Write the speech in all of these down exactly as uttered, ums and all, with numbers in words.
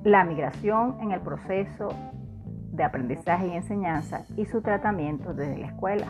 la migración en el proceso de aprendizaje y enseñanza y su tratamiento desde la escuela.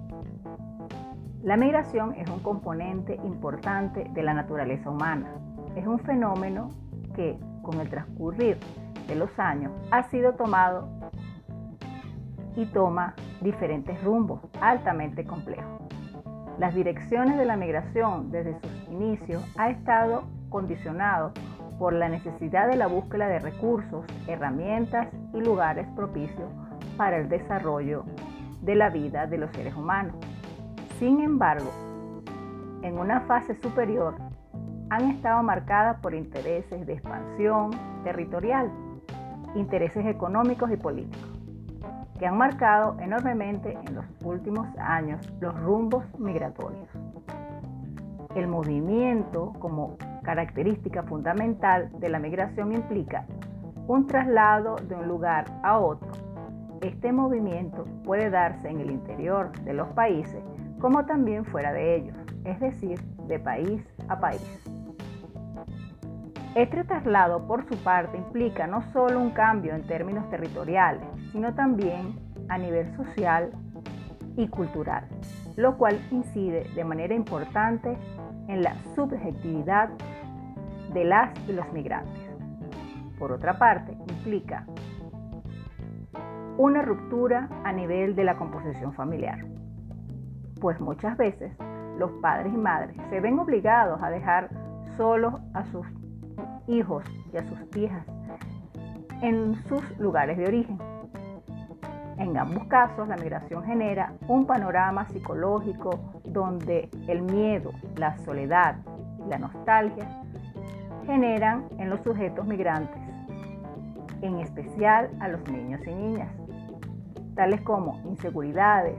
La migración es un componente importante de la naturaleza humana. Es un fenómeno que, con el transcurrir de los años, ha sido tomado y toma diferentes rumbos altamente complejos. Las direcciones de la migración desde sus inicios ha estado condicionado por la necesidad de la búsqueda de recursos, herramientas y lugares propicios para el desarrollo de la vida de los seres humanos. Sin embargo, en una fase superior han estado marcadas por intereses de expansión territorial, intereses económicos y políticos, que han marcado enormemente en los últimos años los rumbos migratorios. El movimiento como característica fundamental de la migración implica un traslado de un lugar a otro. Este movimiento puede darse en el interior de los países como también fuera de ellos, es decir, de país a país. Este traslado, por su parte, implica no solo un cambio en términos territoriales, sino también a nivel social y cultural, lo cual incide de manera importante en la subjetividad de las y los migrantes. Por otra parte, implica una ruptura a nivel de la composición familiar, pues muchas veces los padres y madres se ven obligados a dejar solos a sus hijos y a sus hijas en sus lugares de origen. En ambos casos, la migración genera un panorama psicológico donde el miedo, la soledad y la nostalgia generan en los sujetos migrantes, en especial a los niños y niñas, tales como inseguridades,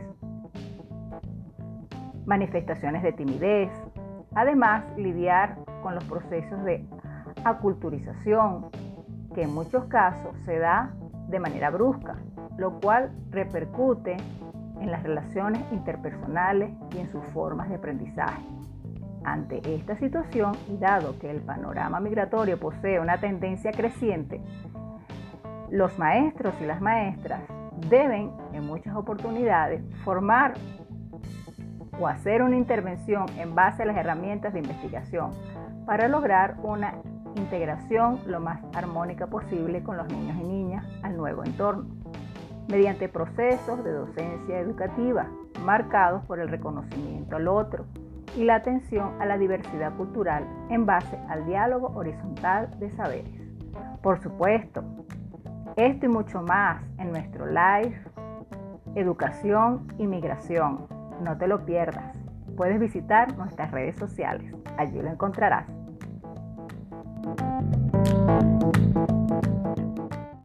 manifestaciones de timidez, además lidiar con los procesos de aculturización, que en muchos casos se da de manera brusca, lo cual repercute en las relaciones interpersonales y en sus formas de aprendizaje. Ante esta situación, y dado que el panorama migratorio posee una tendencia creciente, los maestros y las maestras deben, en muchas oportunidades, formar o hacer una intervención en base a las herramientas de investigación para lograr una integración lo más armónica posible con los niños y niñas al nuevo entorno, mediante procesos de docencia educativa marcados por el reconocimiento al otro y la atención a la diversidad cultural en base al diálogo horizontal de saberes. Por supuesto, esto y mucho más en nuestro live Educación y Migración. No te lo pierdas. Puedes visitar nuestras redes sociales. Allí lo encontrarás.